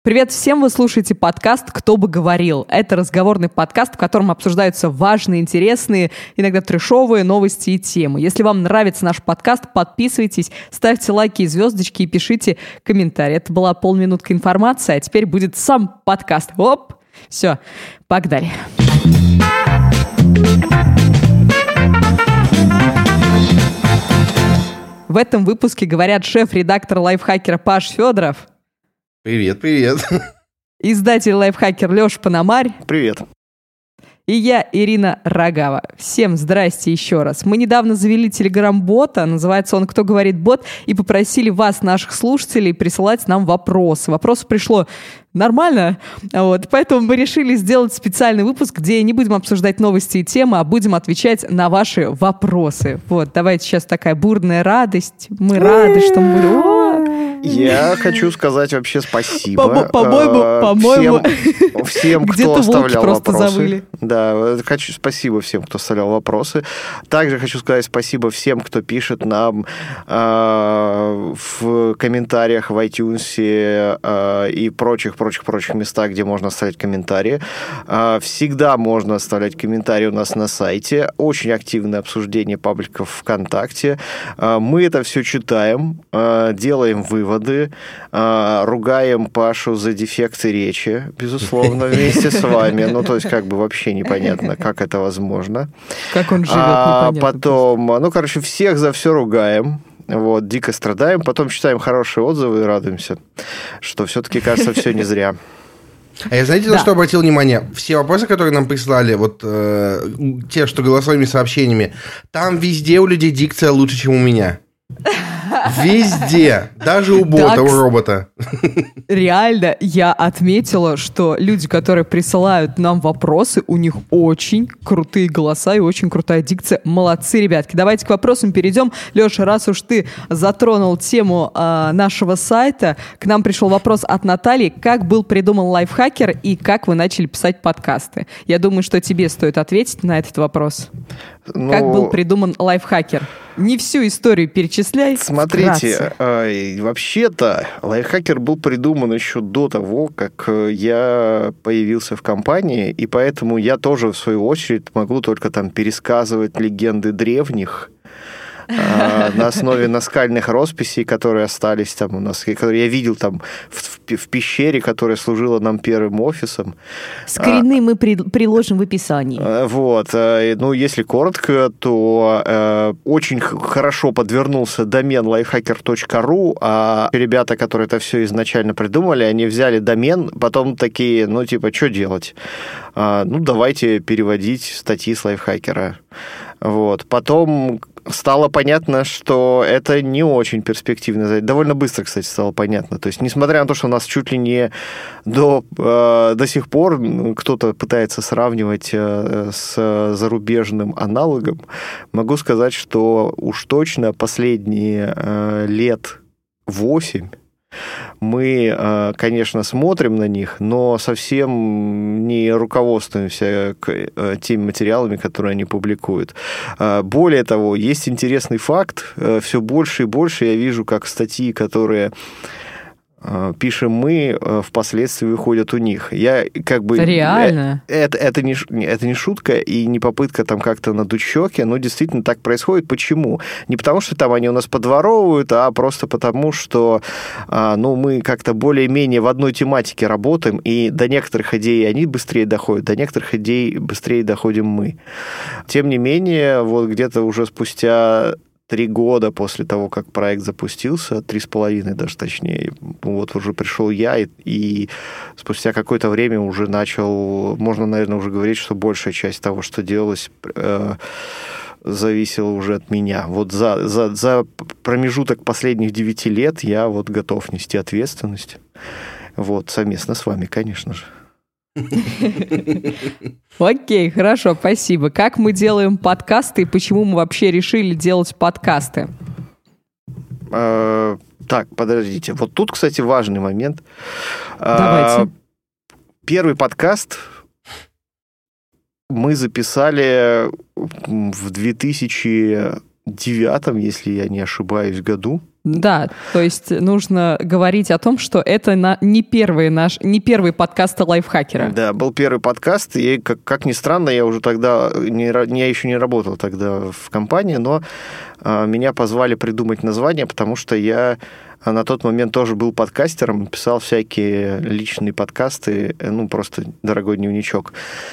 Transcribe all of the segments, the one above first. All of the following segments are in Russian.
Привет всем, вы слушаете подкаст «Кто бы говорил». Это разговорный подкаст, в котором обсуждаются важные, интересные, иногда трэшовые новости и темы. Если вам нравится наш подкаст, подписывайтесь, ставьте лайки и звездочки и пишите комментарии. Это была полминутка информации, а теперь будет сам подкаст. Оп! Все, погнали. В этом выпуске говорят шеф-редактор Лайфхакера Паш Федоров. Привет, привет. Издатель Лайфхакер Леша Пономарь. Привет. И я, Ирина Рогава. Всем здрасте еще раз. Мы недавно завели телеграм-бота, называется он «Кто говорит бот», и попросили вас, наших слушателей, присылать нам вопросы. Вопросов пришло нормально, поэтому мы решили сделать специальный выпуск, где не будем обсуждать новости и темы, а будем отвечать на ваши вопросы. Давайте сейчас такая бурная радость. Мы рады, что мы будем... Я хочу сказать вообще спасибо. По-моему, всем, кто оставлял вопросы. Завыли. Да, хочу спасибо всем, кто оставлял вопросы. Также хочу сказать спасибо всем, кто пишет нам в комментариях в iTunes и прочих местах, где можно оставлять комментарии. Всегда можно оставлять комментарии у нас на сайте. Очень активное обсуждение пабликов ВКонтакте. Мы это все читаем, делаем выводы, ругаем Пашу за дефекты речи, безусловно, вместе с вами. То есть, вообще непонятно, как это возможно. Как он живет, непонятно. Потом, всех за все ругаем. Дико страдаем, потом читаем хорошие отзывы и радуемся, что все-таки, кажется, все не зря. А я знаете, на что обратил внимание? Все вопросы, которые нам прислали, те, что голосовыми сообщениями, там везде у людей дикция лучше, чем у меня. Везде, даже у бота, у робота. Реально, я отметила, что люди, которые присылают нам вопросы, у них очень крутые голоса и очень крутая дикция. Молодцы, ребятки. Давайте к вопросам перейдем. Леша, раз уж ты затронул тему нашего сайта, к нам пришел вопрос от Натальи. Как был придуман Лайфхакер и как вы начали писать подкасты? Я думаю, что тебе стоит ответить на этот вопрос. Как был придуман Лайфхакер? Не всю историю перечисляй. Смотрите, вообще-то Лайфхакер был придуман еще до того, как я появился в компании, и поэтому я тоже, в свою очередь, могу только пересказывать легенды древних на основе наскальных росписей, которые остались там у нас, которые я видел там в пещере, которая служила нам первым офисом. Скрины мы приложим в описании. Если коротко, то очень хорошо подвернулся домен lifehacker.ru, а ребята, которые это все изначально придумали, они взяли домен, потом такие, что делать? Давайте переводить статьи с лайфхакера. Потом стало понятно, что это не очень перспективно. Довольно быстро, кстати, стало понятно. То есть, несмотря на то, что у нас чуть ли не до сих пор кто-то пытается сравнивать с зарубежным аналогом, могу сказать, что уж точно последние лет 8 мы, конечно, смотрим на них, но совсем не руководствуемся теми материалами, которые они публикуют. Более того, есть интересный факт. Все больше и больше я вижу, как статьи, которые пишем мы, впоследствии выходят у них. Реально? Это не шутка и не попытка как-то надуть щеки, но действительно так происходит. Почему? Не потому, что они у нас подворовывают, а просто потому, что мы как-то более-менее в одной тематике работаем, и до некоторых идей они быстрее доходят, до некоторых идей быстрее доходим мы. Тем не менее, где-то уже спустя 3 года после того, как проект запустился, 3,5 даже точнее, уже пришел я, и спустя какое-то время уже начал, можно, наверное, уже говорить, что большая часть того, что делалось, зависела уже от меня. За промежуток последних 9 лет я готов нести ответственность. Совместно с вами, конечно же. Окей, хорошо, спасибо. Как мы делаем подкасты и почему мы вообще решили делать подкасты? Так, подождите. Тут, кстати, важный момент. Давайте. Первый подкаст мы записали в 2009, если я не ошибаюсь, году. Да, то есть нужно говорить о том, что это не первый подкаст лайфхакера. Да, был первый подкаст, и, как ни странно, я уже тогда, я еще не работал тогда в компании, но меня позвали придумать название, потому что я на тот момент тоже был подкастером, писал всякие личные подкасты, просто дорогой дневничок.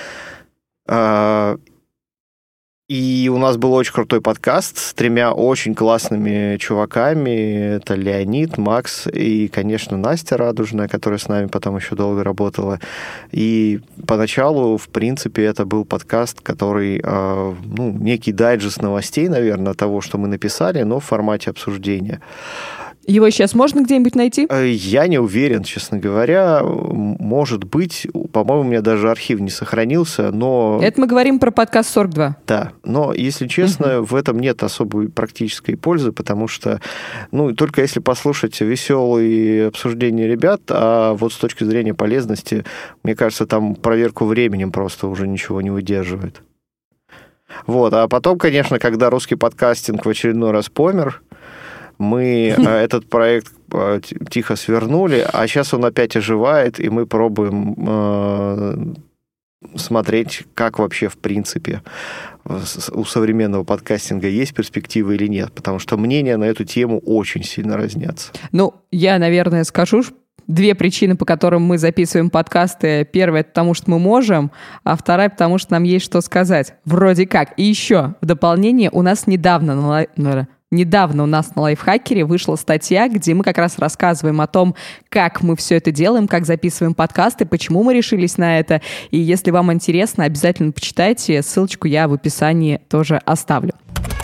И у нас был очень крутой подкаст с 3 очень классными чуваками. Это Леонид, Макс и, конечно, Настя Радужная, которая с нами потом еще долго работала. И поначалу, в принципе, это был подкаст, который, некий дайджест новостей, наверное, того, что мы написали, но в формате обсуждения. Его сейчас можно где-нибудь найти? Я не уверен, честно говоря. Может быть, по-моему, у меня даже архив не сохранился, но... Это мы говорим про подкаст 42. Да, но, если честно, в этом нет особой практической пользы, потому что, только если послушать веселые обсуждения ребят, а вот с точки зрения полезности, мне кажется, там проверку временем просто уже ничего не выдерживает. Вот, а потом, конечно, когда русский подкастинг в очередной раз помер, мы этот проект тихо свернули, а сейчас он опять оживает, и мы пробуем смотреть, как вообще, в принципе, у современного подкастинга есть перспективы или нет, потому что мнения на эту тему очень сильно разнятся. Я, наверное, скажу 2 причины, по которым мы записываем подкасты. Первая — это потому, что мы можем, а вторая — потому, что нам есть что сказать. Вроде как. И еще, в дополнение, у нас недавно у нас на Лайфхакере вышла статья, где мы как раз рассказываем о том, как мы все это делаем, как записываем подкасты, почему мы решились на это. И если вам интересно, обязательно почитайте. Ссылочку я в описании тоже оставлю.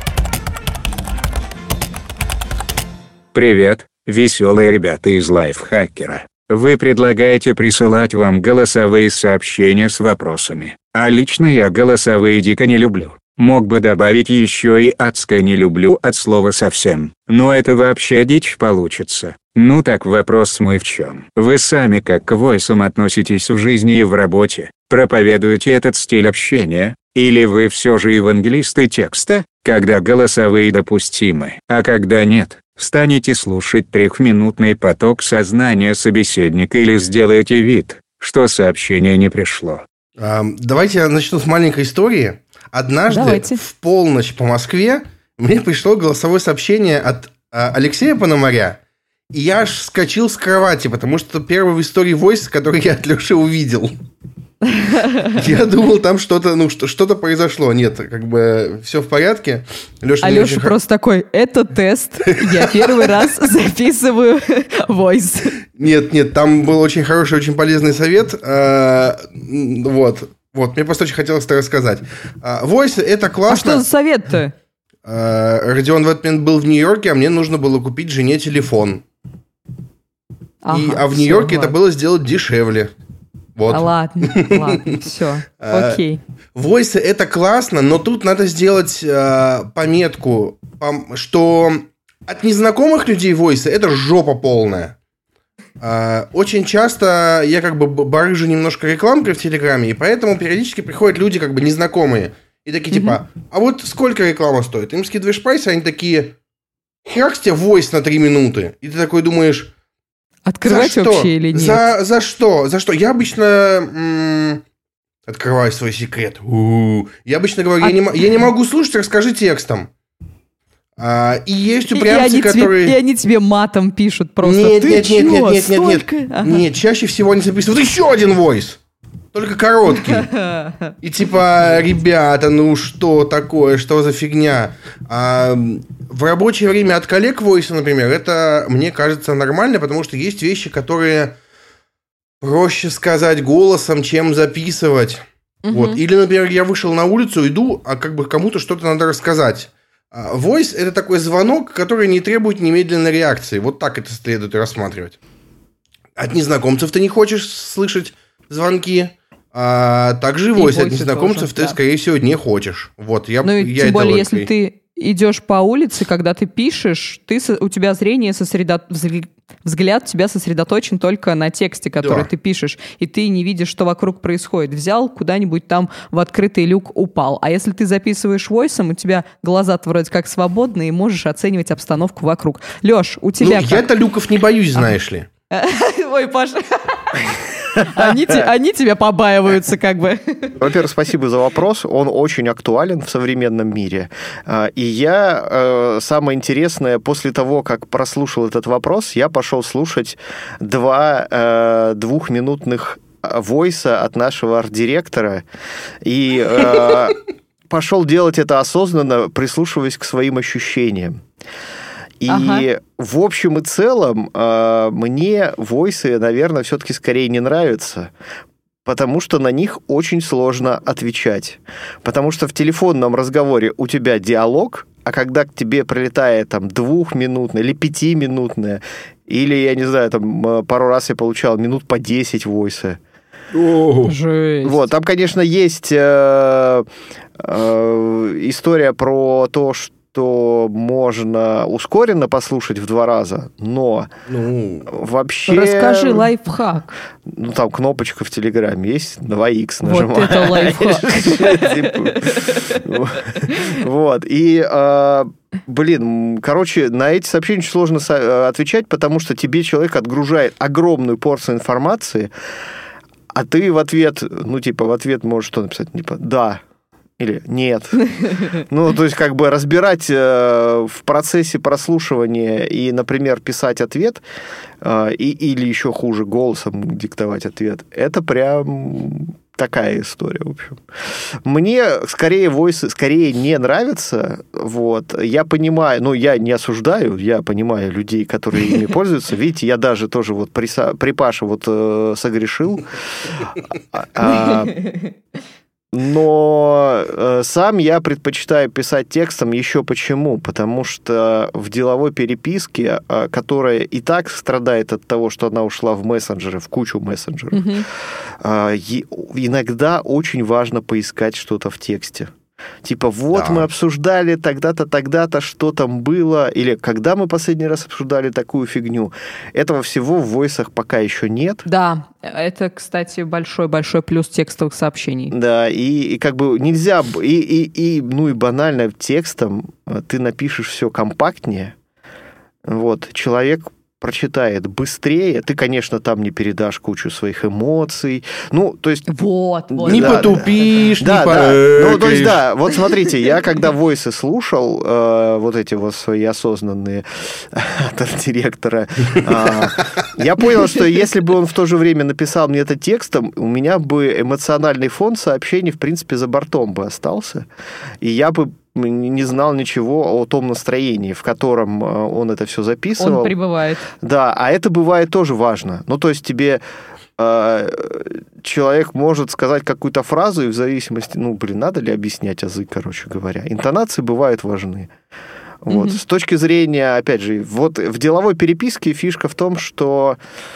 Привет, веселые ребята из Лайфхакера. Вы предлагаете присылать вам голосовые сообщения с вопросами. А лично я голосовые дико не люблю. Мог бы добавить еще и адское не люблю от слова совсем, но это вообще дичь получится. Так вопрос мой в чем? Вы сами как к войсам относитесь в жизни и в работе? Проповедуете этот стиль общения? Или вы все же евангелисты текста, когда голосовые допустимы, а когда нет? Станете слушать 3-минутный поток сознания собеседника или сделаете вид, что сообщение не пришло? Давайте я начну с маленькой истории. Однажды в полночь по Москве мне пришло голосовое сообщение от Алексея Пономаря, и я аж вскочил с кровати, потому что это первый в истории войс, который я от Леши увидел. Я думал, там что-то произошло. Нет, все в порядке. Леша просто такой: это тест, я первый раз записываю войс. Нет, там был очень хороший, очень полезный совет. Вот, мне просто очень хотелось это рассказать. Войс — это классно. А что за совет-то? Родион в этот момент был в Нью-Йорке, а мне нужно было купить жене телефон. А в Нью-Йорке это было сделать дешевле. Вот. Ладно, все, окей. Войсы — это классно, но тут надо сделать пометку, что от незнакомых людей войсы — это жопа полная. Очень часто я барыжу немножко рекламкой в Телеграме, и поэтому периодически приходят люди незнакомые. И такие типа: а вот сколько реклама стоит? Им скидываешь прайс, и они такие: херакс тебе войс на 3 минуты. И ты такой думаешь: открывать вообще или нет? За что? Я обычно открываю свой секрет. Я обычно говорю: я не могу слушать, расскажи текстом. И есть упрямцы, которые... И они тебе матом пишут просто. Нет, чаще всего они записывают еще один войс, только короткий. И типа: ребята, что такое, что за фигня? В рабочее время от коллег войса, например, это, мне кажется, нормально, потому что есть вещи, которые проще сказать голосом, чем записывать. Вот. Или, например, я вышел на улицу, иду, а кому-то что-то надо рассказать. Voice — это такой звонок, который не требует немедленной реакции. Вот так это следует рассматривать. От незнакомцев ты не хочешь слышать звонки, а также voice от незнакомцев тоже, ты, скорее всего, не хочешь. Вот, тем более, если ты идешь по улице, когда ты пишешь, у тебя зрение Взгляд у тебя сосредоточен только на тексте, который ты пишешь, и ты не видишь, что вокруг происходит. Взял, куда-нибудь там в открытый люк упал. А если ты записываешь войсом, у тебя глаза-то вроде как свободные, и можешь оценивать обстановку вокруг. Лёш, у тебя как? Я-то люков не боюсь, знаешь ли. Ой, Паша. Они тебя побаиваются, как бы. Во-первых, спасибо за вопрос. Он очень актуален в современном мире. И я, самое интересное, после того, как прослушал этот вопрос, я пошел слушать 2 двухминутных войса от нашего арт-директора. И пошел делать это осознанно, прислушиваясь к своим ощущениям. И в общем и целом мне войсы, наверное, все-таки скорее не нравятся, потому что на них очень сложно отвечать. Потому что в телефонном разговоре у тебя диалог, а когда к тебе прилетает там 2-минутное или 5-минутное, или, я не знаю, там пару раз я получал минут по 10 войса. Жесть. Вот, там, конечно, есть история про то, что можно ускоренно послушать в 2 раза, но вообще... Расскажи лайфхак. Ну, там кнопочка в Телеграме есть, 2х нажимаешь. Вот это лайфхак. Вот, и... короче, на эти сообщения очень сложно отвечать, потому что тебе человек отгружает огромную порцию информации, а ты в ответ, в ответ можешь что написать? «Да». Или нет. Ну, то есть, как бы разбирать в процессе прослушивания и, например, писать ответ, или еще хуже, голосом диктовать ответ, это прям такая история, в общем. Мне скорее войсы не нравятся. Вот. Я понимаю, я не осуждаю, я понимаю людей, которые ими пользуются. Видите, я даже тоже вот при Паше согрешил. Но сам я предпочитаю писать текстом еще почему? Потому что в деловой переписке, которая и так страдает от того, что она ушла в мессенджеры, в кучу мессенджеров, иногда очень важно поискать что-то в тексте. Типа, мы обсуждали тогда-то, тогда-то, что там было, или когда мы последний раз обсуждали такую фигню. Этого всего в войсах пока еще нет. Да, это, кстати, большой-большой плюс текстовых сообщений. Да, и как бы нельзя, и банально текстом ты напишешь все компактнее, вот, человек прочитает быстрее, ты, конечно, там не передашь кучу своих эмоций, то есть... Не потупишь, да, то есть, вот смотрите, я когда войсы слушал, вот эти вот свои осознанные от арт-директора, я понял, что если бы он в то же время написал мне это текстом, у меня бы эмоциональный фон сообщений, в принципе, за бортом бы остался, и я бы не знал ничего о том настроении, в котором он это все записывал. Он пребывает. Да, а это бывает тоже важно. То есть тебе человек может сказать какую-то фразу, и в зависимости, надо ли объяснять азы, короче говоря. Интонации бывают важны. Вот. С точки зрения, опять же, вот в деловой переписке фишка в том, что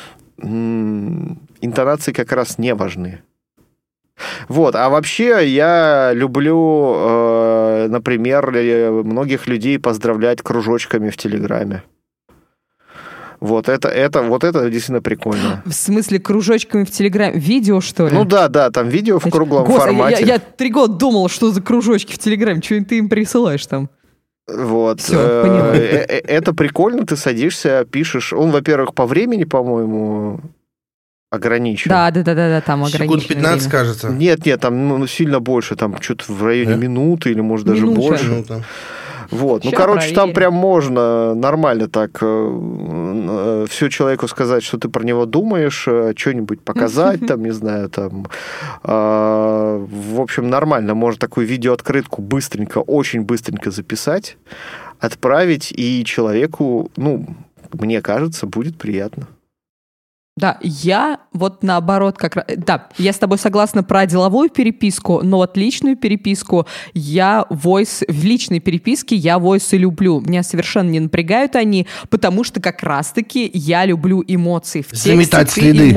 интонации как раз не важны. Вот, а вообще я люблю, например, многих людей поздравлять кружочками в Телеграме. Вот это действительно прикольно. В смысле, кружочками в Телеграме? Видео, что ли? Да, там видео в круглом формате. Я 3 года думал, что за кружочки в Телеграме, что ты им присылаешь там? Вот. Всё, поняла. Это прикольно, ты садишься, пишешь. Он, во-первых, по времени, по-моему, ограничен. Да, там ограничено. Секунд 15, кажется. Нет, там сильно больше, там что-то в районе минуты или, может, даже больше. Вот, короче, там прям можно нормально так все человеку сказать, что ты про него думаешь, что-нибудь показать, там, не знаю, там. В общем, нормально. Можно такую видеооткрытку очень быстренько записать, отправить, и человеку, мне кажется, будет приятно. Да, я вот наоборот как раз... Да, я с тобой согласна про деловую переписку, но вот личную переписку в личной переписке я войсы люблю. Меня совершенно не напрягают они, потому что как раз-таки я люблю эмоции. В заметать следы.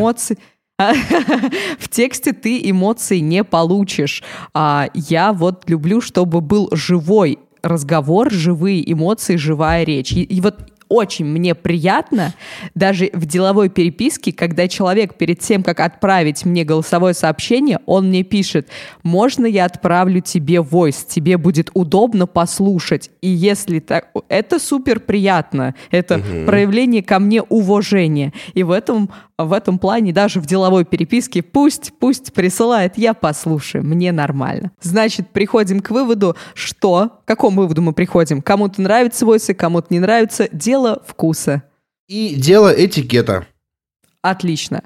В тексте ты эмоций не получишь. Я вот люблю, чтобы был живой разговор, живые эмоции, живая речь. И вот очень мне приятно, даже в деловой переписке, когда человек перед тем, как отправить мне голосовое сообщение, он мне пишет: можно я отправлю тебе войс, тебе будет удобно послушать. И если так, это супер приятно, это проявление ко мне уважения. И в этом плане даже в деловой переписке пусть присылает, я послушаю, мне нормально. Значит, приходим к выводу, что... К какому выводу мы приходим? Кому-то нравятся войсы, кому-то не нравится. Дело вкуса. И дело этикета. Отлично.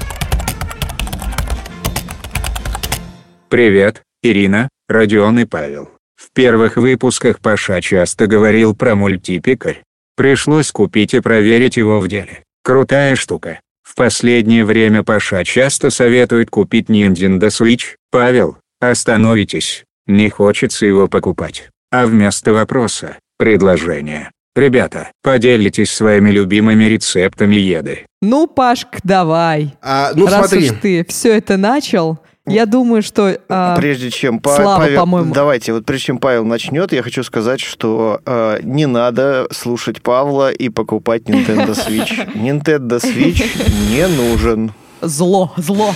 Привет, Ирина, Родион и Павел. В первых выпусках Паша часто говорил про мультипекарь. Пришлось купить и проверить его в деле. Крутая штука. В последнее время Паша часто советует купить Nintendo Switch. Павел, остановитесь. Не хочется его покупать. А вместо вопроса – предложение. Ребята, поделитесь своими любимыми рецептами еды. Ну, Пашка, давай. Раз Смотри. уж ты все это начал, я думаю, что... Прежде чем Слава, Павел, по-моему. давайте, вот прежде чем Павел начнет, я хочу сказать, что не надо слушать Павла и покупать Nintendo Switch. Nintendo Switch не нужен. Зло.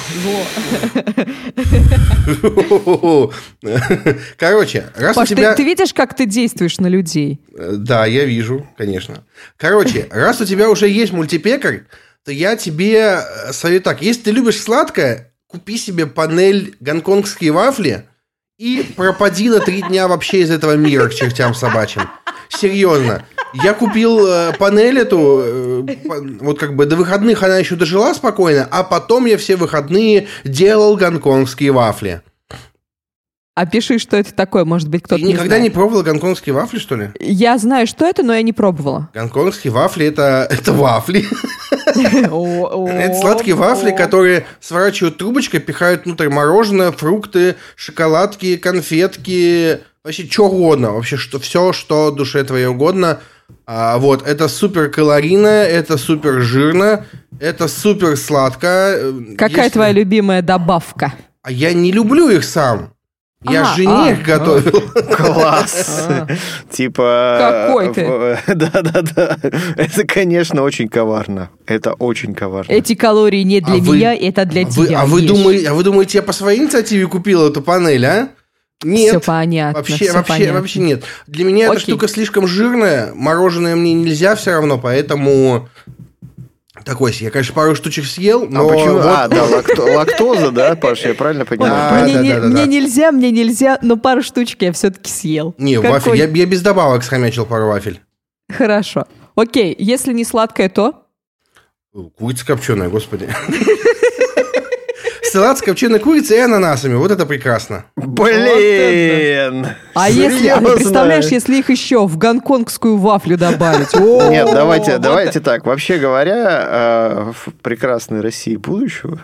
Короче, раз Паш, у тебя... ты видишь, как ты действуешь на людей? Да, я вижу, конечно. Короче, раз у тебя уже есть мультипекарь, то я тебе советую так. Если ты любишь сладкое, купи себе панель гонконгские вафли и пропади на 3 дня вообще из этого мира к чертям собачьим. Серьезно. Я купил панель эту, вот как бы до выходных она еще дожила спокойно, а потом я все выходные делал гонконгские вафли. Опиши, что это такое, может быть, кто-то Ты никогда знает. не пробовала гонконгские вафли, что ли? Я знаю, что это, но я не пробовала. Гонконгские вафли – это вафли. Это сладкие вафли, которые сворачивают трубочкой, пихают внутрь мороженое, фрукты, шоколадки, конфетки, вообще что угодно. Вообще все, что душе твоей угодно. Вот, это супер калорийно, это супер жирно, это супер сладко. Какая твоя любимая добавка? А я не люблю их сам. Я жене их готовил. Класс. Типа... Какой ты? Да. Это, конечно, очень коварно. Это очень коварно. Эти калории не для меня, это для тебя. Вы думаете, я по своей инициативе купил эту панель, а? Нет. Все понятно. Вообще нет. Для меня эта штука слишком жирная. Мороженое мне нельзя все равно, поэтому... Такой себе. Я, конечно, пару штучек съел, но... почему? Лактоза, да, Паш, я правильно понимаю? Мне нельзя, но пару штучек я все-таки съел. Не, вафель. Я без добавок схомячил пару вафель. Хорошо. Окей, если не сладкое, то? Курица копченая, господи. Салат с копченой курицей и ананасами. Вот это прекрасно. Блин! А если, представляешь, если их еще в гонконгскую вафлю добавить? Нет, давайте так. Вообще говоря, в прекрасной России будущего,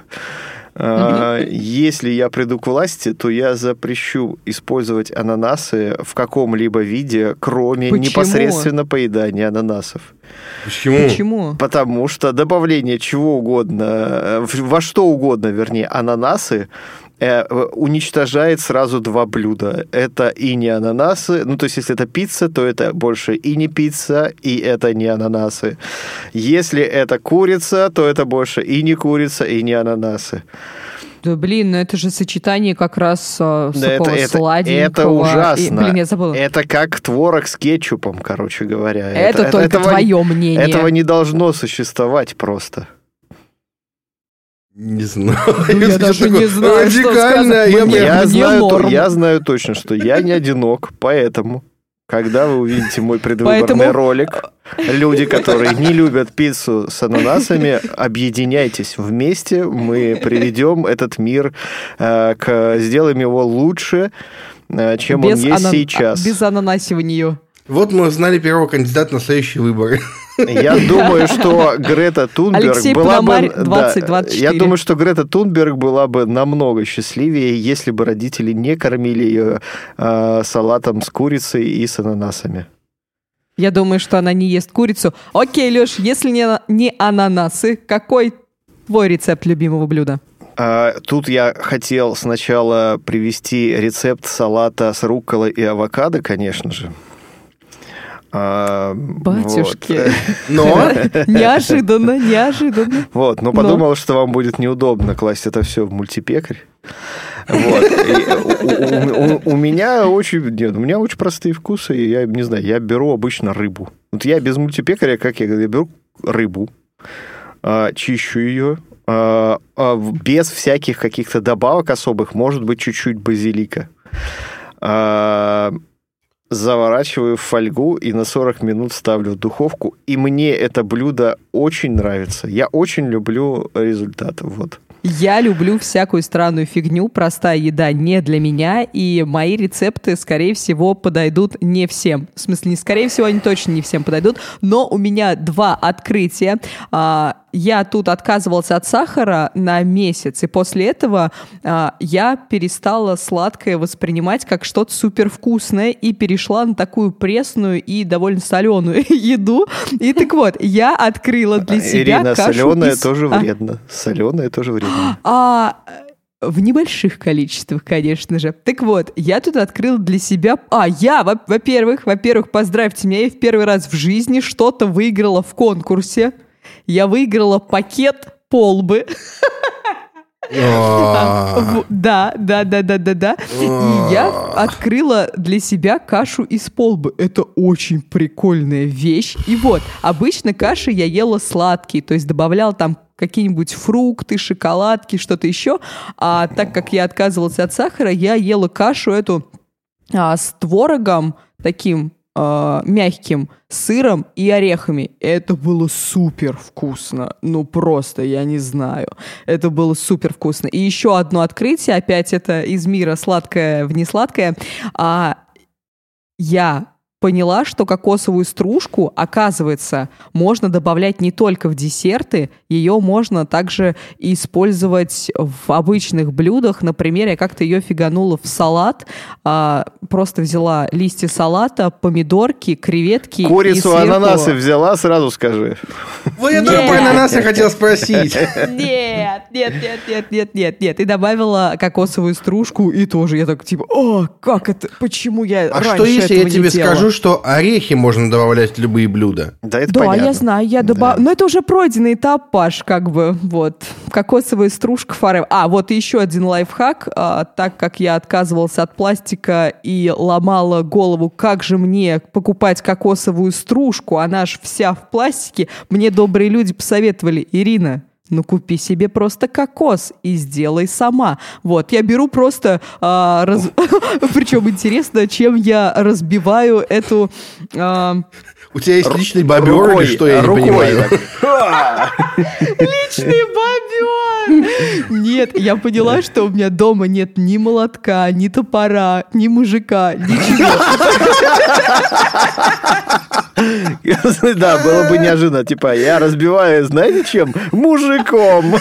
если я приду к власти, то я запрещу использовать ананасы в каком-либо виде, кроме непосредственно поедания ананасов. Почему? Потому что добавление чего угодно, во что угодно, вернее, ананасы, уничтожает сразу 2 блюда. Это и не ананасы, ну, то есть, если это пицца, то это больше и не пицца, и это не ананасы. Если это курица, то это больше и не курица, и не ананасы. Да блин, ну это же сочетание как раз такого сладенького. Это ужасно. Блин, я забыла. Это как творог с кетчупом, короче говоря. Это только твое мнение. Этого не должно существовать просто. Не знаю. Я даже не знаю, что сказать. Я знаю точно, что я не одинок, поэтому... Когда вы увидите мой предвыборный ролик, люди, которые не любят пиццу с ананасами, объединяйтесь вместе, мы приведем этот мир, сделаем его лучше, чем он есть сейчас. Без ананасивания. Вот мы узнали первого кандидата на следующие выборы. Я думаю, что Грета Тунберг была бы... Я думаю, что Грета Тунберг была бы намного счастливее, если бы родители не кормили ее салатом с курицей и с ананасами. Я думаю, что она не ест курицу. Окей, Леш, если не ананасы, какой твой рецепт любимого блюда? Тут я хотел сначала привести рецепт салата с рукколой и авокадо, конечно же. Батюшки. Вот. Но... Неожиданно. Вот, но подумал, что вам будет неудобно класть это все в мультипекарь. Вот. У меня очень простые вкусы, и я не знаю, я беру обычно рыбу. Вот я без мультипекаря, как я говорю, я беру рыбу, чищу ее, без всяких каких-то добавок особых, может быть, чуть-чуть базилика. Заворачиваю в фольгу и на 40 минут ставлю в духовку. И мне это блюдо очень нравится. Я очень люблю результат. Вот. Я люблю всякую странную фигню, простая еда не для меня, и мои рецепты, скорее всего, подойдут не всем. В смысле, не скорее всего, они точно не всем подойдут, но у меня 2 открытия. Я тут отказывался от сахара на месяц, и после этого я перестала сладкое воспринимать как что-то супервкусное и перешла на такую пресную и довольно соленую еду. И так вот, я открыла для себя Ирина, кашу соленое тоже вредно. Соленое тоже вредно. В небольших количествах, конечно же. Так вот, я тут открыла для себя... Во-первых, поздравьте меня, я в первый раз в жизни что-то выиграла в конкурсе. Я выиграла пакет полбы. Да. И я открыла для себя кашу из полбы. Это очень прикольная вещь. И вот, обычно каши я ела сладкие, то есть добавляла там какие-нибудь фрукты, шоколадки, что-то еще. А так как я отказывалась от сахара, я ела кашу эту с творогом таким мягким, сыром и орехами. Это было супер вкусно. Ну, просто, я не знаю. Это было супер вкусно. И еще одно открытие, опять это из мира сладкое в несладкое. Я поняла, что кокосовую стружку, оказывается, можно добавлять не только в десерты, ее можно также использовать в обычных блюдах. Например, я как-то ее фиганула в салат, просто взяла листья салата, помидорки, креветки. Курицу, и сверху... ананасы взяла, сразу скажи. Я тоже про ананасы хотел спросить. Нет. И добавила кокосовую стружку, и тоже я так типа, как это, почему я раньше что если этого я тебе не делала? скажу, что орехи можно добавлять в любые блюда? Да, это понятно. Я знаю, но это уже пройденный этап, Паш, как бы, вот. Кокосовая стружка forever. Вот еще один лайфхак. Так как я отказывался от пластика и ломала голову, как же мне покупать кокосовую стружку, она ж вся в пластике, мне добрые люди посоветовали: Ирина, купи себе просто кокос и сделай сама. Вот, я беру просто... Причем интересно, чем я разбиваю эту... У тебя есть личный бобер или что, я не понимаю? Личный бобер! Нет, я поняла, что у меня дома нет ни молотка, ни топора, ни мужика, ничего. Да, было бы неожиданно. Типа, я разбиваю, знаете чем? Мужиком.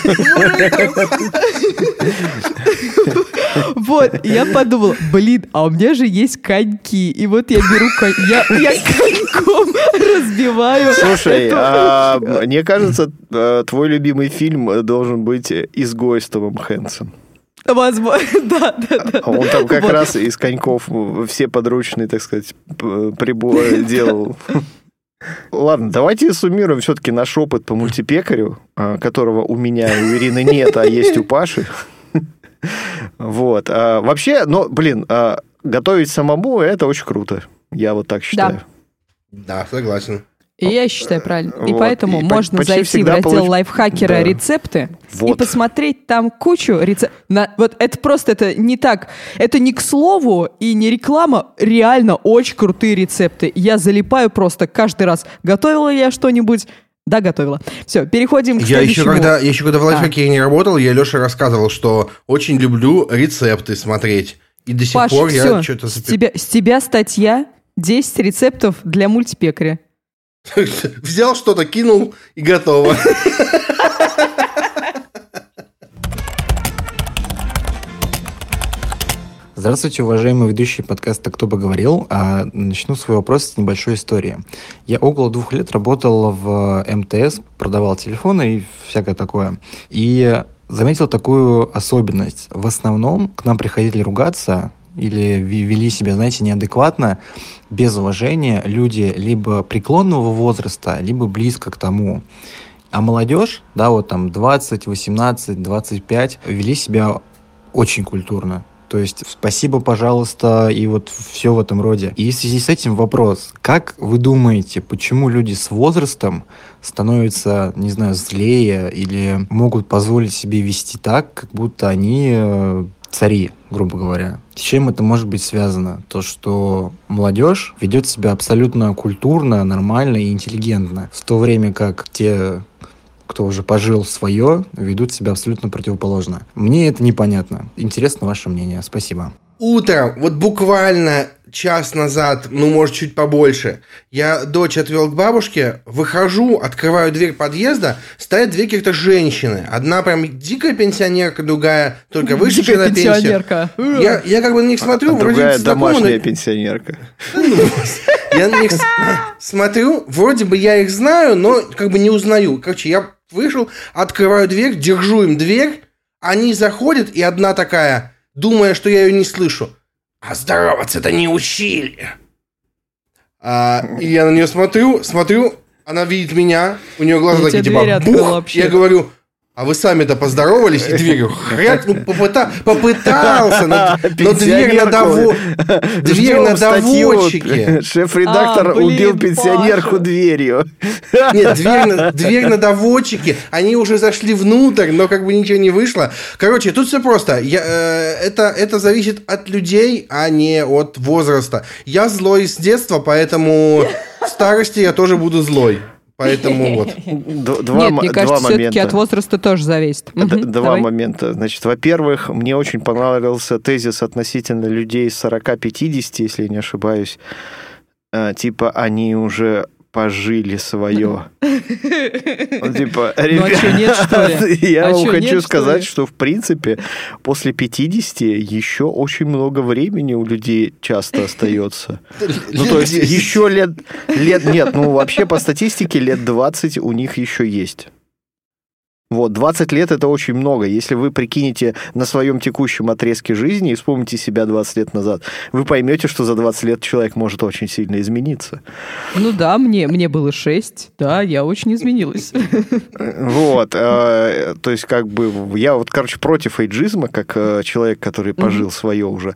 Вот, я подумала, у меня же есть коньки. И вот я беру я коньком разбиваю. Слушай, мне кажется, твой любимый фильм должен быть «Изгой» с Томом Хэнксом. Возможно, да. Он там как раз из коньков все подручные, так сказать, приборы делал. Ладно, давайте суммируем все-таки наш опыт по мультипекарю, которого у меня и у Ирины нет, а есть у Паши. Вот. Вообще, готовить самому – это очень круто. Я вот так считаю. Да, согласен. И я считаю правильно. И Вот. поэтому И можно зайти в раздел лайфхакера рецепты и посмотреть там кучу рецептов. Вот это просто, это не так. Это не к слову и не реклама. Реально очень крутые рецепты. Я залипаю просто каждый раз. Готовила я что-нибудь? Да, готовила. Все, переходим к следующему. Я еще когда в лайфхакере не работал, я Леше рассказывал, что очень люблю рецепты смотреть. И до сих пор я что-то... С тебя статья 10 рецептов для мультипекаря. Взял что-то, кинул и готово. Здравствуйте, уважаемые ведущие подкаста «Кто бы говорил». Начну свой вопрос с небольшой истории. Я около 2 лет работал в МТС, продавал телефоны и всякое такое. И заметил такую особенность. В основном к нам приходили ругаться или вели себя, знаете, неадекватно, без уважения люди либо преклонного возраста, либо близко к тому. А молодежь, да, вот там 20, 18, 25, вели себя очень культурно. То есть спасибо, пожалуйста, и вот все в этом роде. И в связи с этим вопрос. Как вы думаете, почему люди с возрастом становятся, не знаю, злее или могут позволить себе вести так, как будто они цари, грубо говоря? С чем это может быть связано? То, что молодежь ведет себя абсолютно культурно, нормально и интеллигентно, в то время как те, кто уже пожил свое, ведут себя абсолютно противоположно. Мне это непонятно. Интересно ваше мнение. Спасибо. Утром, вот буквально час назад, ну, может, чуть побольше, я дочь отвел к бабушке, выхожу, открываю дверь подъезда, стоят две каких-то женщины. Одна прям дикая пенсионерка, другая только вышедшая на пенсию. Пенсионерка. Я как бы на них смотрю, вроде другая знакомы, домашняя пенсионерка. Я на них смотрю, вроде бы я их знаю, но как бы не узнаю. Короче, я вышел, открываю дверь, держу им дверь, они заходят, и одна такая, думая, что я ее не слышу: а здороваться-то не учили. И я на нее смотрю, она видит меня, у нее глаза такие, типа, бух, я говорю: а вы сами-то поздоровались? И дверью хряк, ну, попытался, но дверь на доводчике. Шеф-редактор убил пенсионерку дверью. Нет, дверь на доводчике. Они уже зашли внутрь, но как бы ничего не вышло. Короче, тут все просто. Это зависит от людей, а не от возраста. Я злой с детства, поэтому в старости я тоже буду злой. Поэтому вот. Нет, мне кажется, все-таки от возраста тоже зависит. Два момента. Значит, во-первых, мне очень понравился тезис относительно людей 40-50, если я не ошибаюсь. Типа, они уже пожили свое. Типа, ребят, я вам хочу сказать, что, в принципе, после 50 еще очень много времени у людей часто остается. Ну, то есть, еще лет... Нет, ну, вообще, по статистике, лет 20 у них еще есть. Вот, 20 лет – это очень много. Если вы прикинете на своем текущем отрезке жизни и вспомните себя 20 лет назад, вы поймете, что за 20 лет человек может очень сильно измениться. Ну да, мне было 6, да, я очень изменилась. Вот, то есть как бы я вот, короче, против эйджизма, как человек, который пожил свое уже.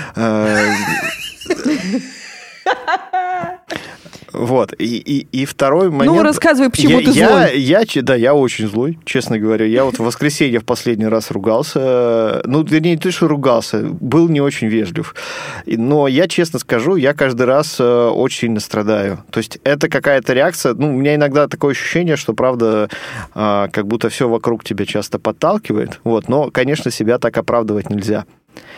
Вот, и второй момент... Ну, рассказывай, почему ты злой. Я очень злой, честно говоря. Я вот в воскресенье в последний раз ругался. Ну, вернее, не то, что ругался, был не очень вежлив. Но я честно скажу, я каждый раз очень сильно страдаю. То есть это какая-то реакция... Ну, у меня иногда такое ощущение, что, правда, как будто все вокруг тебя часто подталкивает. Вот, но, конечно, себя так оправдывать нельзя.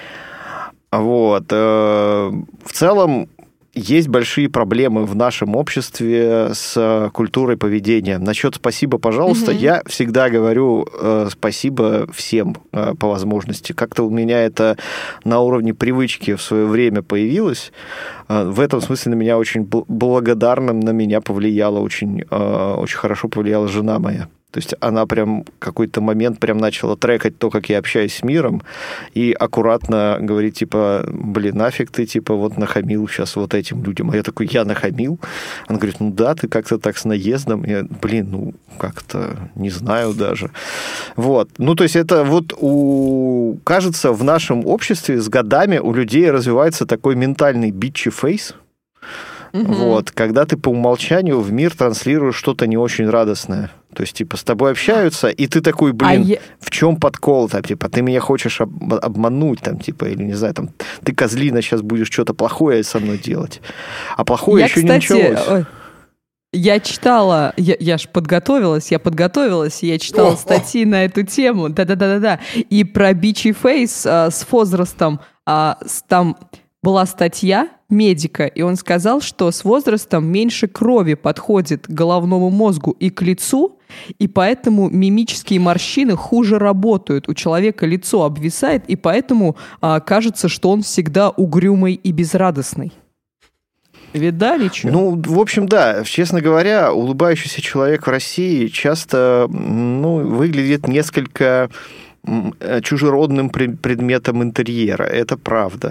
Вот. В целом, есть большие проблемы в нашем обществе с культурой поведения. Насчет «спасибо, пожалуйста», я всегда говорю спасибо всем по возможности. Как-то у меня это на уровне привычки в свое время появилось. В этом смысле на меня очень благодарным на меня повлияла, очень хорошо повлияла жена моя. То есть она прям какой-то момент прям начала трекать то, как я общаюсь с миром, и аккуратно говорит, типа, блин, нафиг ты, типа, вот нахамил сейчас вот этим людям. А я такой, я нахамил? Она говорит, ну да, ты как-то так с наездом. Я, блин, ну как-то не знаю даже. Вот. Ну, то есть это вот кажется, в нашем обществе с годами у людей развивается такой ментальный bitchy face. Вот, когда ты по умолчанию в мир транслируешь что-то не очень радостное. То есть, типа, с тобой общаются, и ты такой, блин, в чем подкол? Там, типа, ты меня хочешь обмануть, там, типа, или, не знаю, там, ты, козлина, сейчас будешь что-то плохое со мной делать. А плохое еще не началось. Я читала, я ж подготовилась, я читала статьи на эту тему, да-да-да-да, и про bitchy face с возрастом, там была статья медика, и он сказал, что с возрастом меньше крови подходит к головному мозгу и к лицу, и поэтому мимические морщины хуже работают. У человека лицо обвисает, и поэтому кажется, что он всегда угрюмый и безрадостный. Видали, что? Ну, в общем, да. Честно говоря, улыбающийся человек в России часто выглядит несколько чужеродным предметом интерьера. Это правда.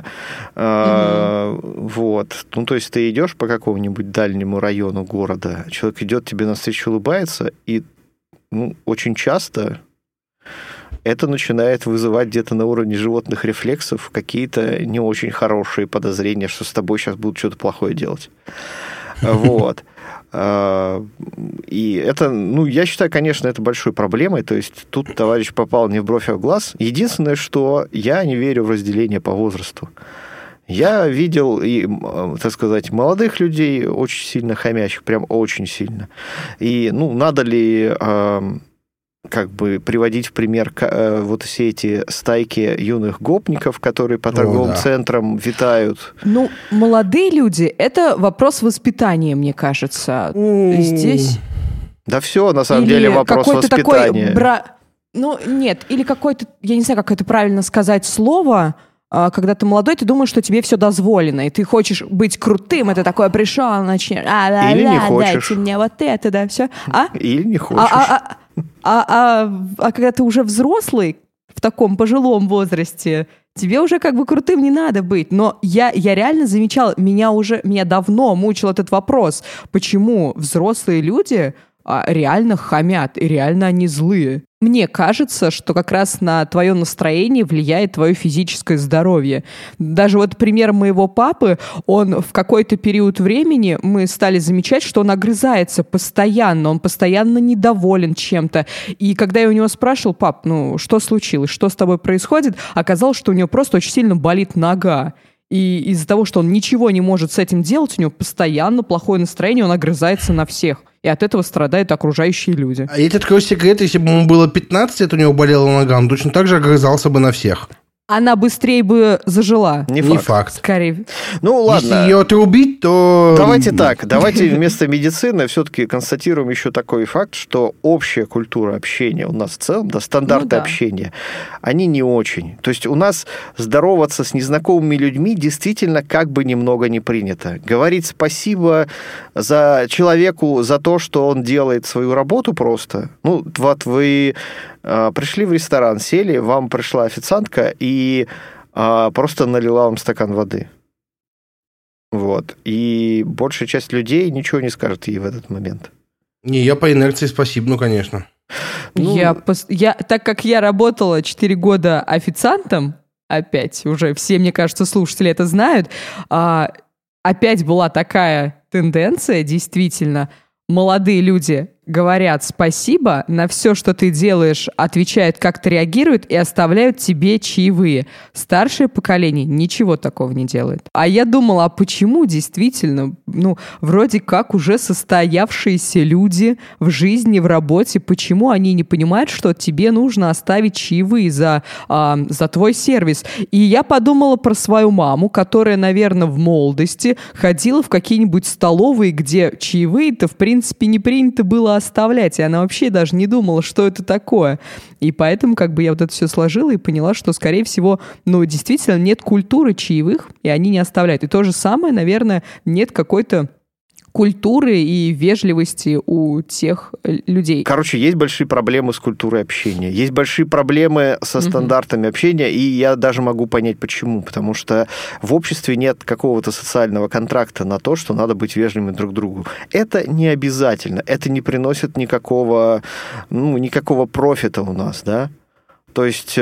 Вот. Ну, то есть ты идешь по какому-нибудь дальнему району города, человек идет тебе навстречу, улыбается, и очень часто это начинает вызывать где-то на уровне животных рефлексов какие-то не очень хорошие подозрения, что с тобой сейчас будут что-то плохое делать. Вот. И это, я считаю, конечно, это большой проблемой. То есть тут товарищ попал не в бровь, а в глаз. Единственное, что я не верю в разделение по возрасту. Я видел, так сказать, молодых людей очень сильно хамящих, прям очень сильно. И, надо ли приводить в пример вот все эти стайки юных гопников, которые по торговым центрам витают? Молодые люди – это вопрос воспитания, мне кажется. Здесь... Да все, на самом деле, вопрос воспитания. Нет, или какой-то, я не знаю, как это правильно сказать слово, когда ты молодой, ты думаешь, что тебе все дозволено, и ты хочешь быть крутым, это такое пришел, начнешь... Или не хочешь. Дайте мне вот это, да, все. Или не хочешь. Когда ты уже взрослый, в таком пожилом возрасте, тебе уже крутым не надо быть. Но я реально замечала, меня давно мучил этот вопрос, почему взрослые люди реально хамят, и реально они злые. Мне кажется, что как раз на твое настроение влияет твое физическое здоровье. Даже вот пример моего папы, он в какой-то период времени, мы стали замечать, что он огрызается постоянно, он постоянно недоволен чем-то. И когда я у него спрашивал: пап, что случилось, что с тобой происходит, оказалось, что у него просто очень сильно болит нога. И из-за того, что он ничего не может с этим делать, у него постоянно плохое настроение, он огрызается на всех. И от этого страдают окружающие люди. А я тебе открою секрет, если бы ему было 15 лет, у него болела нога, он точно так же огрызался бы на всех. Она быстрее бы зажила. Не факт. Скорее. Ладно. Если ее отрубить, то... Давайте вместо медицины все-таки констатируем еще такой факт, что общая культура общения у нас в целом, стандарты общения, они не очень. То есть у нас здороваться с незнакомыми людьми действительно немного не принято. Говорить спасибо человеку за то, что он делает свою работу просто. Вот вы пришли в ресторан, сели, вам пришла официантка и просто налила вам стакан воды. Вот. И большая часть людей ничего не скажет ей в этот момент. Не, я по инерции спасибо, конечно. Так как я работала 4 года официантом, опять уже все, мне кажется, слушатели это знают, опять была такая тенденция, действительно, молодые люди говорят спасибо, на все, что ты делаешь, отвечают, как ты реагируют и оставляют тебе чаевые. Старшее поколение ничего такого не делает. А я думала, а почему действительно, вроде как уже состоявшиеся люди в жизни, в работе, почему они не понимают, что тебе нужно оставить чаевые за твой сервис? И я подумала про свою маму, которая, наверное, в молодости ходила в какие-нибудь столовые, где чаевые-то, в принципе, не принято было оставлять, и она вообще даже не думала, что это такое. И поэтому я вот это все сложила и поняла, что, скорее всего, действительно нет культуры чаевых, и они не оставляют. И то же самое, наверное, нет какой-то культуры и вежливости у тех людей. Короче, есть большие проблемы с культурой общения, есть большие проблемы со стандартами общения, и я даже могу понять, почему. Потому что в обществе нет какого-то социального контракта на то, что надо быть вежливыми друг к другу. Это не обязательно, это не приносит никакого профита у нас, да? То есть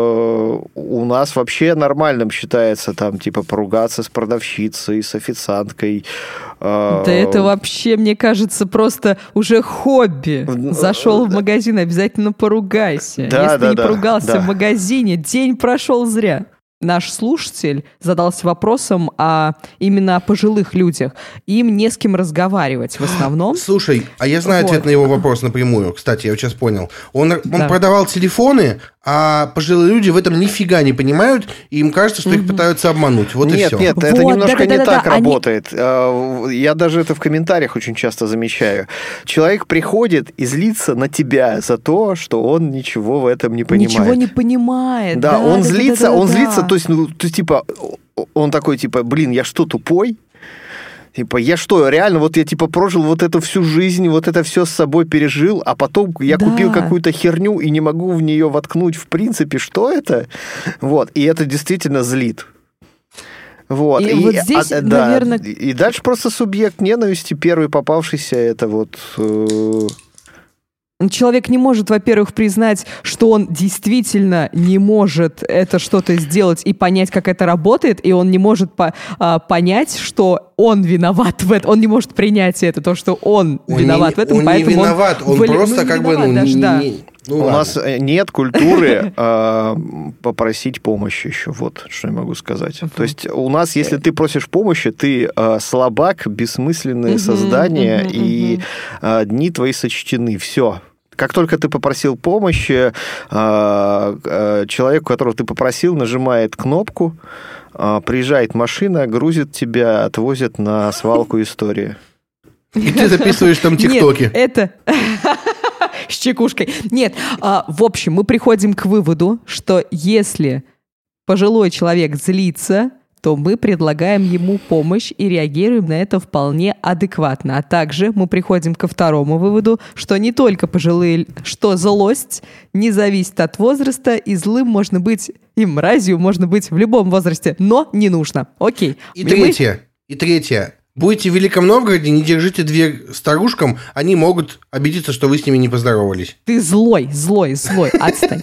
у нас вообще нормальным считается поругаться с продавщицей, с официанткой. Да это вообще, мне кажется, просто уже хобби. Зашел в магазин, обязательно поругайся. Если ты не поругался в магазине, день прошел зря. Наш слушатель задался вопросом именно о пожилых людях. Им не с кем разговаривать в основном. Слушай, а я знаю ответ на его вопрос напрямую. Кстати, я сейчас понял. Он продавал телефоны, а пожилые люди в этом нифига не понимают, и им кажется, что их пытаются обмануть. Вот и все. Нет, это немножко не так работает. Я даже это в комментариях очень часто замечаю. Человек приходит и злится на тебя за то, что он ничего в этом не понимает. Ничего не понимает. Да, он злится, то есть, он такой, блин, я что, тупой? Типа, я что, реально, вот я типа прожил вот эту всю жизнь, вот это все с собой пережил, а потом я купил какую-то херню и не могу в нее воткнуть, в принципе, что это? Вот, и это действительно злит. Вот, и вот здесь, наверное... И дальше просто субъект ненависти, первый попавшийся, это вот... Человек не может, во-первых, признать, что он действительно не может это что-то сделать и понять, как это работает, и он не может понять, что он виноват в этом. Он не может принять это, то, что он виноват в этом. Он не виноват, он просто как бы... У нас нет культуры попросить помощи еще, вот что я могу сказать. То есть у нас, если ты просишь помощи, ты слабак, бессмысленное создание, и дни твои сочтены, все. Как только ты попросил помощи, человек, которого ты попросил, нажимает кнопку, приезжает машина, грузит тебя, отвозят на свалку истории. И ты записываешь там тиктоки. Нет, это... С чекушкой. Нет, в общем, мы приходим к выводу, что если пожилой человек злится, то мы предлагаем ему помощь и реагируем на это вполне адекватно. А также мы приходим ко второму выводу, что не только пожилые, что злость не зависит от возраста, и злым можно быть, и мразью можно быть в любом возрасте, но не нужно. Окей. И третье. Будете в Великом Новгороде, не держите дверь старушкам, они могут обидеться, что вы с ними не поздоровались. Ты злой, отстань.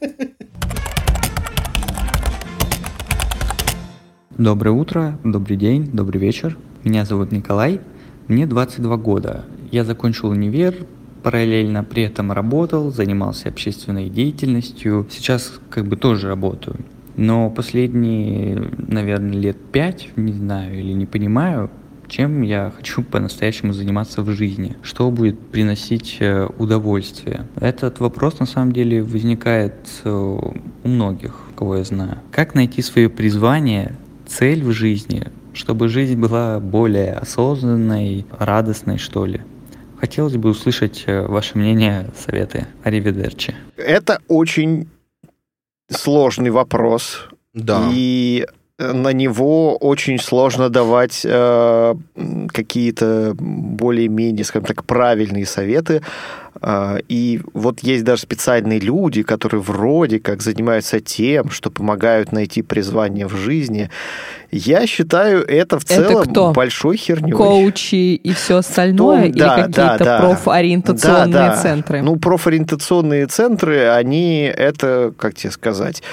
Доброе утро, добрый день, добрый вечер. Меня зовут Николай, мне 22 года. Я закончил универ, параллельно при этом работал, занимался общественной деятельностью. Сейчас тоже работаю. Но последние, наверное, лет 5, не знаю или не понимаю, чем я хочу по-настоящему заниматься в жизни, что будет приносить удовольствие. Этот вопрос на самом деле возникает у многих, кого я знаю. Как найти свое призвание, цель в жизни, чтобы жизнь была более осознанной, радостной, что ли? Хотелось бы услышать ваше мнение, советы. Аривидерчи. Это очень сложный вопрос. Да. И на него очень сложно давать какие-то более-менее, скажем так, правильные советы. И вот есть даже специальные люди, которые вроде как занимаются тем, что помогают найти призвание в жизни. Я считаю это в целом большой херней. Коучи и все остальное? Или какие-то профориентационные центры? Ну, профориентационные центры, они, это, как тебе сказать,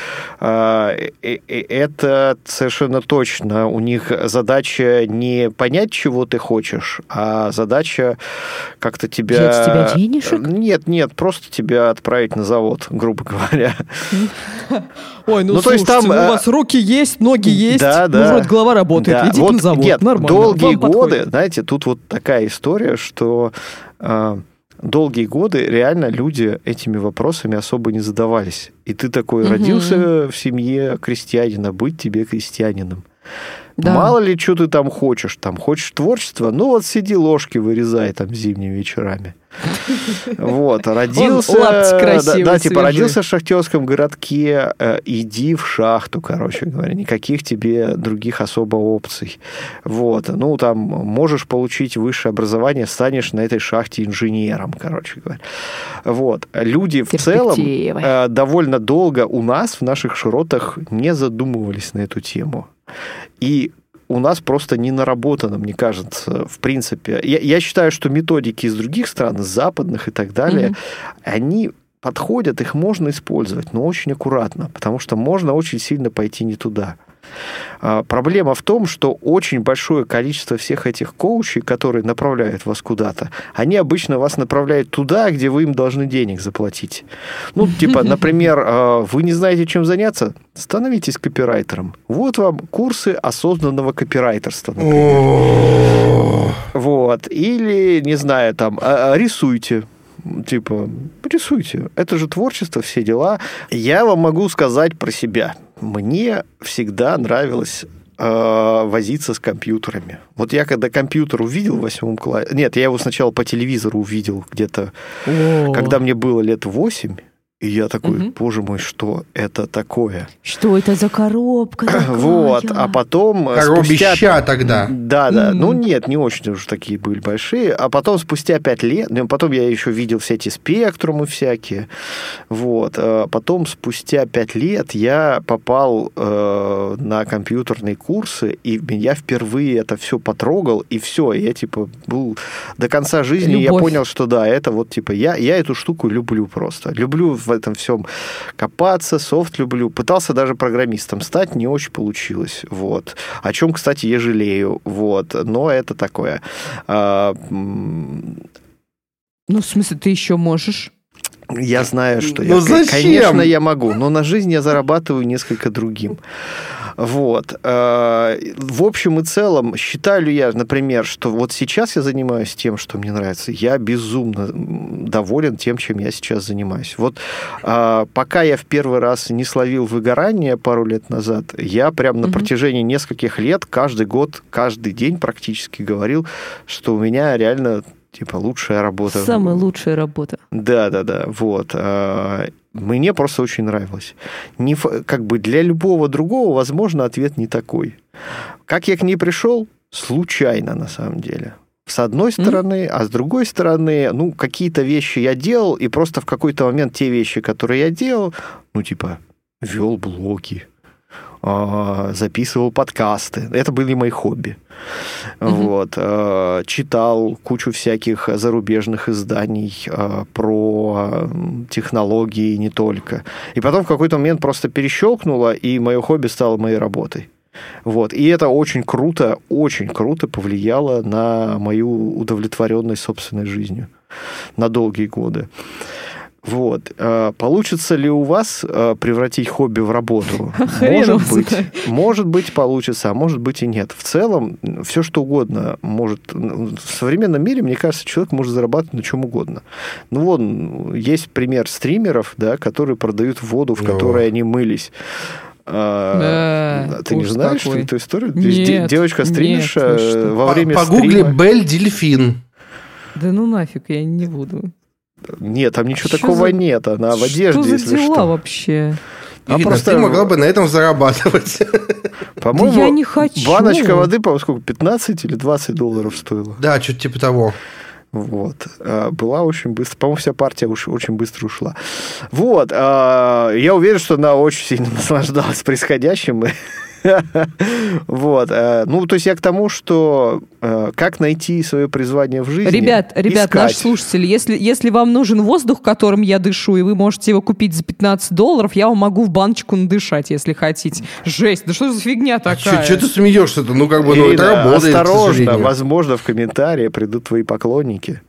это совершенно точно. У них задача не понять, чего ты хочешь, а задача как-то тебя... Взять с тебя денежек? Нет, просто тебя отправить на завод, грубо говоря. Ой, слушайте, там, у вас руки есть, ноги есть, вроде голова работает, идите вот, на завод, нет, нормально. Долгие годы, знаете, тут вот такая история, что долгие годы реально люди этими вопросами особо не задавались. И ты такой родился в семье крестьянина, быть тебе крестьянином. Да. Мало ли, что ты там хочешь. Хочешь творчество? Ну вот сиди, ложки вырезай там зимними вечерами. Вот, родился... родился в шахтерском городке, иди в шахту, короче говоря. Никаких тебе других особо опций. Вот, можешь получить высшее образование, станешь на этой шахте инженером, короче говоря. Вот, люди в целом довольно долго у нас, в наших широтах, не задумывались на эту тему. И у нас просто не наработано, мне кажется, в принципе. Я считаю, что методики из других стран, из западных и так далее, они подходят, их можно использовать, но очень аккуратно, потому что можно очень сильно пойти не туда. Проблема в том, что очень большое количество всех этих коучей, которые направляют вас куда-то, они обычно вас направляют туда, где вы им должны денег заплатить. Например, вы не знаете, чем заняться? Становитесь копирайтером. Вот вам курсы осознанного копирайтерства, например. Вот. Или, не знаю, рисуйте. Рисуйте. Это же творчество, все дела. Я вам могу сказать про себя. Мне всегда нравилось возиться с компьютерами. Вот я когда компьютер увидел в 8 классе... Нет, я его сначала по телевизору увидел где-то, когда мне было лет 8. И я такой, боже мой, что это такое? Что это за коробка такая? Вот, а потом... Коробища тогда. Да. Ну, нет, не очень уж такие были большие. А потом, спустя 5 лет... Потом я еще видел все эти спектрумы всякие. Вот. Потом, спустя 5 лет, я попал на компьютерные курсы, и я впервые это все потрогал, и все. Я, типа, был... До конца жизни я понял, что да, это вот, типа, я эту штуку люблю просто. Люблю в этом всем копаться, софт люблю. Пытался даже программистом стать, не очень получилось. Вот. О чем, кстати, я жалею. Вот. Но это такое. Ну, в смысле, ты еще можешь? Я знаю, что зачем? Конечно, я могу, но на жизнь я зарабатываю несколько другим. Вот. В общем и целом, считаю ли я, например, что вот сейчас я занимаюсь тем, что мне нравится, я безумно доволен тем, чем я сейчас занимаюсь. Вот пока я в первый раз не словил выгорание пару лет назад, я прям на протяжении нескольких лет, каждый год, каждый день практически говорил, что у меня реально... Типа, лучшая работа. Самая лучшая работа. Да, вот. Мне просто очень нравилось. Как бы для любого другого, возможно, ответ не такой. Как я к ней пришел? Случайно, на самом деле. С одной стороны, а с другой стороны, ну, какие-то вещи я делал, и просто в какой-то момент те вещи, которые я делал, ну, типа, вел блоги, записывал подкасты. Это были мои хобби. Вот. Читал кучу всяких зарубежных изданий про технологии и не только. И потом в какой-то момент просто перещелкнуло, и мое хобби стало моей работой. Вот. И это очень круто повлияло на мою удовлетворенность собственной жизнью на долгие годы. Вот. Получится ли у вас превратить хобби в работу? Может быть, получится, а может быть и нет. В целом, все что угодно может... В современном мире, мне кажется, человек может зарабатывать на чем угодно. Ну, вон, есть пример стримеров, да, которые продают воду, в которой они мылись. Ты не знаешь эту историю? Нет, девочка-стримерша во время стрима... Погугли Бель Дельфин. Да ну нафиг, я не буду. Нет, там ничего такого нет. Она в одежде, что за если дела что. Вообще? Просто ты могла бы на этом зарабатывать. По-моему, да я не хочу. Баночка воды, по-моему, сколько? 15 или 20 долларов стоила. Да, что-то типа того. Вот. Была очень быстро. По-моему, вся партия очень быстро ушла. Вот. Я уверен, что она очень сильно наслаждалась происходящим. Вот. Ну, то есть я к тому, что как найти свое призвание в жизни. Ребят, наши слушатели, если вам нужен воздух, которым я дышу, и вы можете его купить за $15, я вам могу в баночку надышать, если хотите. Жесть, да что за фигня такая? Что ты смеешься-то? Ну, как бы, Ирина, это работает, осторожно, возможно, в комментарии придут твои поклонники.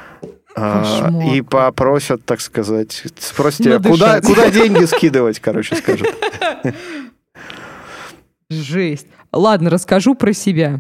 И попросят, так сказать, спросите, куда деньги скидывать, короче, скажут. Жесть. Ладно, расскажу про себя.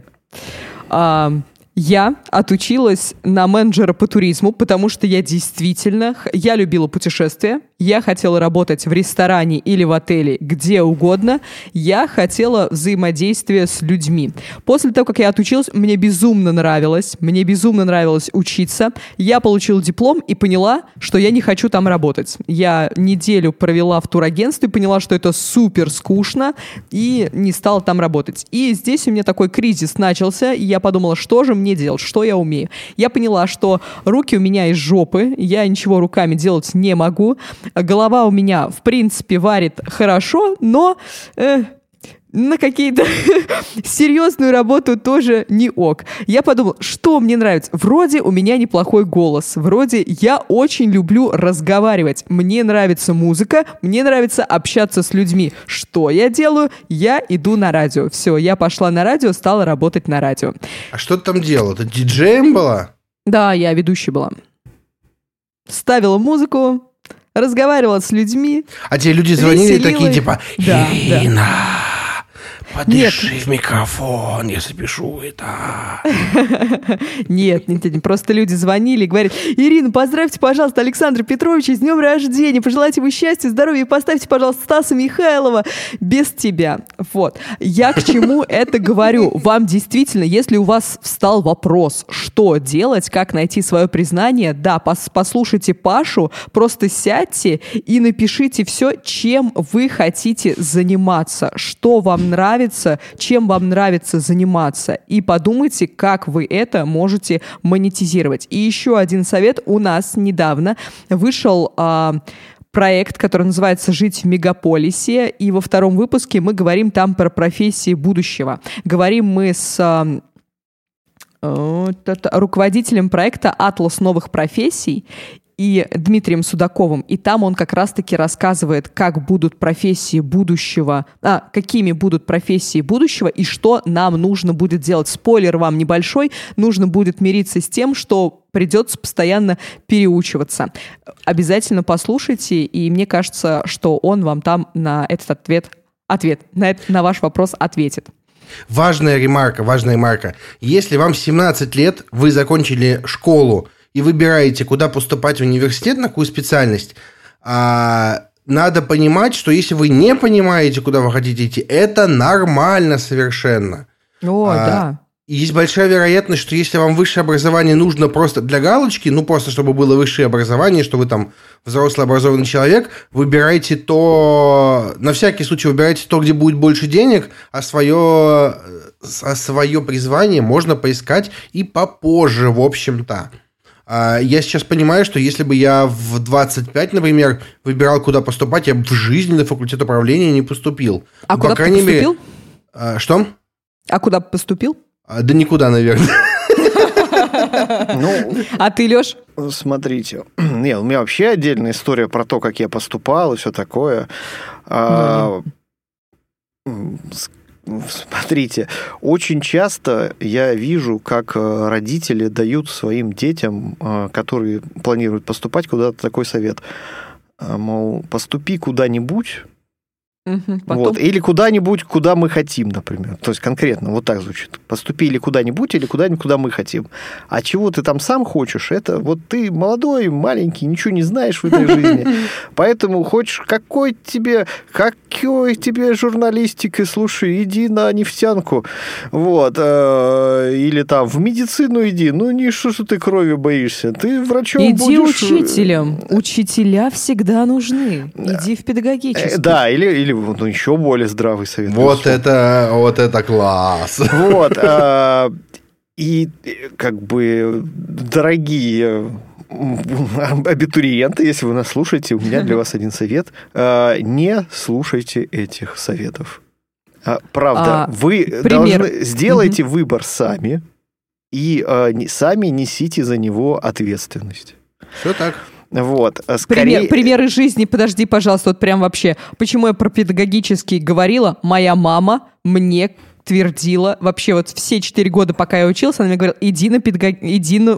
Я отучилась на менеджера по туризму, потому что я любила путешествия, я хотела работать в ресторане или в отеле, где угодно, я хотела взаимодействия с людьми. После того, как я отучилась, мне безумно нравилось учиться, я получила диплом и поняла, что я не хочу там работать. Я неделю провела в турагентстве, поняла, что это супер скучно, и не стала там работать. И здесь у меня такой кризис начался, и я подумала, что же мне делать, что я умею. Я поняла, что руки у меня из жопы, я ничего руками делать не могу, голова у меня, в принципе, варит хорошо, но на какие-то серьезную работу тоже не ок. Я подумала, что мне нравится. Вроде у меня неплохой голос, вроде я очень люблю разговаривать, мне нравится музыка, мне нравится общаться с людьми. Что я делаю? Я иду на радио. Все, я пошла на радио, стала работать на радио. А что ты там делала? Ты диджеем была? Да, я ведущей была. Ставила музыку, разговаривала с людьми. А тебе люди звонили такие, типа, Ирина, Подыши в микрофон, я запишу это. Нет, просто люди звонили и говорят: Ирина, поздравьте, пожалуйста, Александра Петровича с днем рождения, пожелайте ему счастья, здоровья и поставьте, пожалуйста, Стаса Михайлова без тебя. Вот. Я к чему это говорю? Вам действительно, если у вас встал вопрос, что делать, как найти свое признание, да, послушайте Пашу, просто сядьте и напишите все, чем вы хотите заниматься, что вам нравится, чем вам нравится заниматься, и подумайте, как вы это можете монетизировать. И еще один совет. У нас недавно вышел проект, который называется «Жить в мегаполисе», и во втором выпуске мы говорим там про профессии будущего. Говорим мы с руководителем проекта «Атлас новых профессий» и Дмитрием Судаковым, и там он как раз-таки рассказывает, как будут профессии будущего, какими будут профессии будущего и что нам нужно будет делать. Спойлер вам небольшой, нужно будет мириться с тем, что придется постоянно переучиваться. Обязательно послушайте, и мне кажется, что он вам там на этот ответ на ваш вопрос ответит. Важная ремарка. Если вам 17 лет, вы закончили школу, и выбираете, куда поступать в университет, на какую специальность, надо понимать, что если вы не понимаете, куда вы хотите идти, это нормально совершенно. Да. Есть большая вероятность, что если вам высшее образование нужно просто для галочки, просто чтобы было высшее образование, что вы там взрослый образованный человек, выбирайте то, на всякий случай выбирайте то, где будет больше денег, а свое призвание можно поискать и попозже, в общем-то. Я сейчас понимаю, что если бы я в 25, например, выбирал, куда поступать, я бы в жизни на факультет управления не поступил. Куда ты поступил? Что? А куда поступил? Да никуда, наверное. А ты, Лёш? Смотрите. Не, у меня вообще отдельная история про то, как я поступал и все такое. Смотрите, очень часто я вижу, как родители дают своим детям, которые планируют поступать куда-то, такой совет. Мол, поступи куда-нибудь, вот, или куда-нибудь, куда мы хотим, например. То есть конкретно вот так звучит. Поступи или куда-нибудь, куда мы хотим. А чего ты там сам хочешь, это вот ты молодой, маленький, ничего не знаешь в этой жизни. Поэтому хочешь, какой тебе журналистики, слушай, иди на нефтянку. Вот. Или там в медицину иди. Ну, не что ты крови боишься. Ты врачом будешь. Иди учителем. Учителя всегда нужны. Иди в педагогический. Да, или еще более здравый совет. Вот это класс. Вот. И как бы, дорогие абитуриенты, если вы нас слушаете, у меня для вас один совет. Не слушайте этих советов. Правда, вы должны сделайте выбор сами и сами несите за него ответственность. Все так. Вот, примеры жизни, подожди, пожалуйста, вот прям вообще. Почему я про педагогический говорила? Моя мама мне твердила, вообще вот все 4 года, пока я училась, она мне говорила: иди на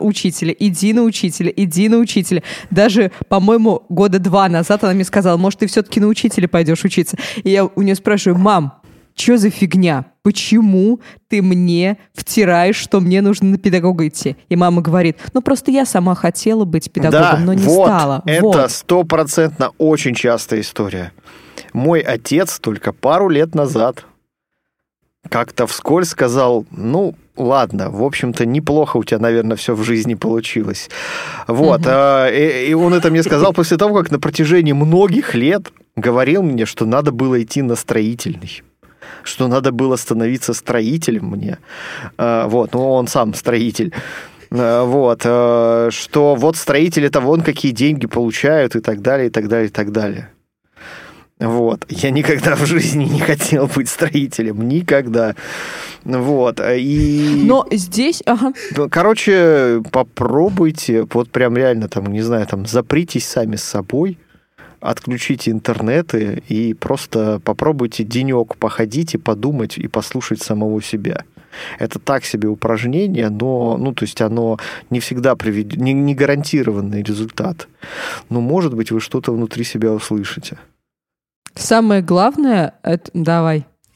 учителя. Даже, по-моему, 2 года назад она мне сказала: может, ты все-таки на учителя пойдешь учиться. И я у нее спрашиваю: мам, что за фигня? Почему ты мне втираешь, что мне нужно на педагога идти? И мама говорит: просто я сама хотела быть педагогом, но не стала. Это 100% очень частая история. Мой отец только пару лет назад как-то вскользь сказал: ладно, в общем-то, неплохо у тебя, наверное, все в жизни получилось. Вот. И он это мне сказал после того, как на протяжении многих лет говорил мне, что надо было идти на строительный. Что надо было становиться строителем мне. Вот, он сам строитель. Вот, что вот строители-то вон какие деньги получают и так далее, и так далее, и так далее. Вот. Я никогда в жизни не хотел быть строителем. Никогда. Вот. Но здесь... Короче, попробуйте, вот прям реально, запритесь сами с собой, отключите интернеты и просто попробуйте денек походить и подумать и послушать самого себя. Это так себе упражнение, но, то есть оно не всегда не гарантированный результат. Но, может быть, вы что-то внутри себя услышите. Самое главное, это... Давай.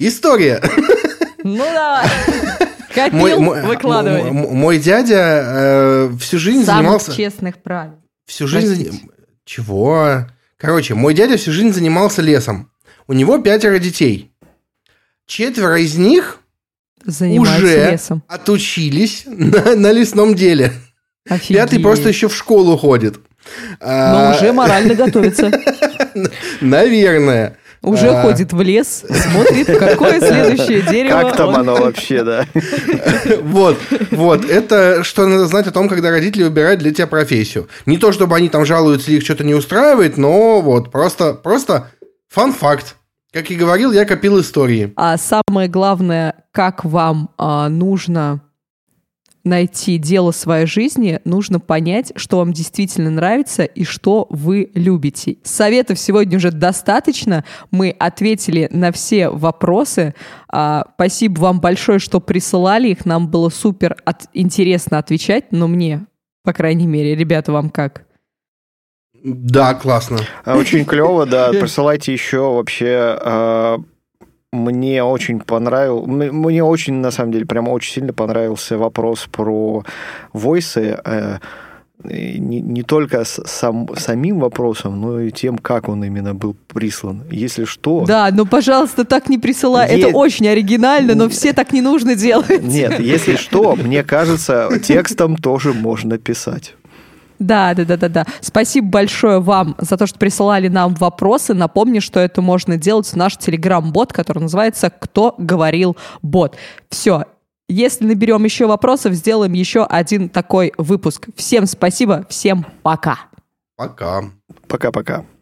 История. Ну давай. Копил, выкладывай. Мой дядя всю жизнь занимался... Самых честных правил. Всю жизнь... Чего? Короче, мой дядя всю жизнь занимался лесом. У него 5 детей. 4 из них уже лесом. Отучились на лесном деле. Офигеть. 5 просто еще в школу ходит. Но уже морально готовится. Наверное. Уже ходит в лес, смотрит, какое следующее дерево. Как там оно вообще, да? Вот. Это что надо знать о том, когда родители выбирают для тебя профессию. Не то, чтобы они там жалуются или их что-то не устраивает, но вот просто фан-факт. Как и говорил, я копил истории. А самое главное, как вам нужно найти дело своей жизни, нужно понять, что вам действительно нравится и что вы любите. Советов сегодня уже достаточно. Мы ответили на все вопросы. Спасибо вам большое, что присылали их. Нам было супер интересно отвечать, но мне, по крайней мере. Ребята, вам как? Да, классно. Очень клево, да. Присылайте еще вообще... Мне очень на самом деле, прямо очень сильно понравился вопрос про войсы, не только самим вопросом, но и тем, как он именно был прислан. Если что... Да, ну, пожалуйста, так не присылай. Это очень оригинально, но все так не нужно делать. Нет, если что, мне кажется, текстом тоже можно писать. Да. Спасибо большое вам за то, что присылали нам вопросы. Напомню, что это можно делать в наш телеграм-бот, который называется «Кто говорил бот». Все. Если наберем еще вопросов, сделаем еще один такой выпуск. Всем спасибо, всем пока. Пока. Пока-пока.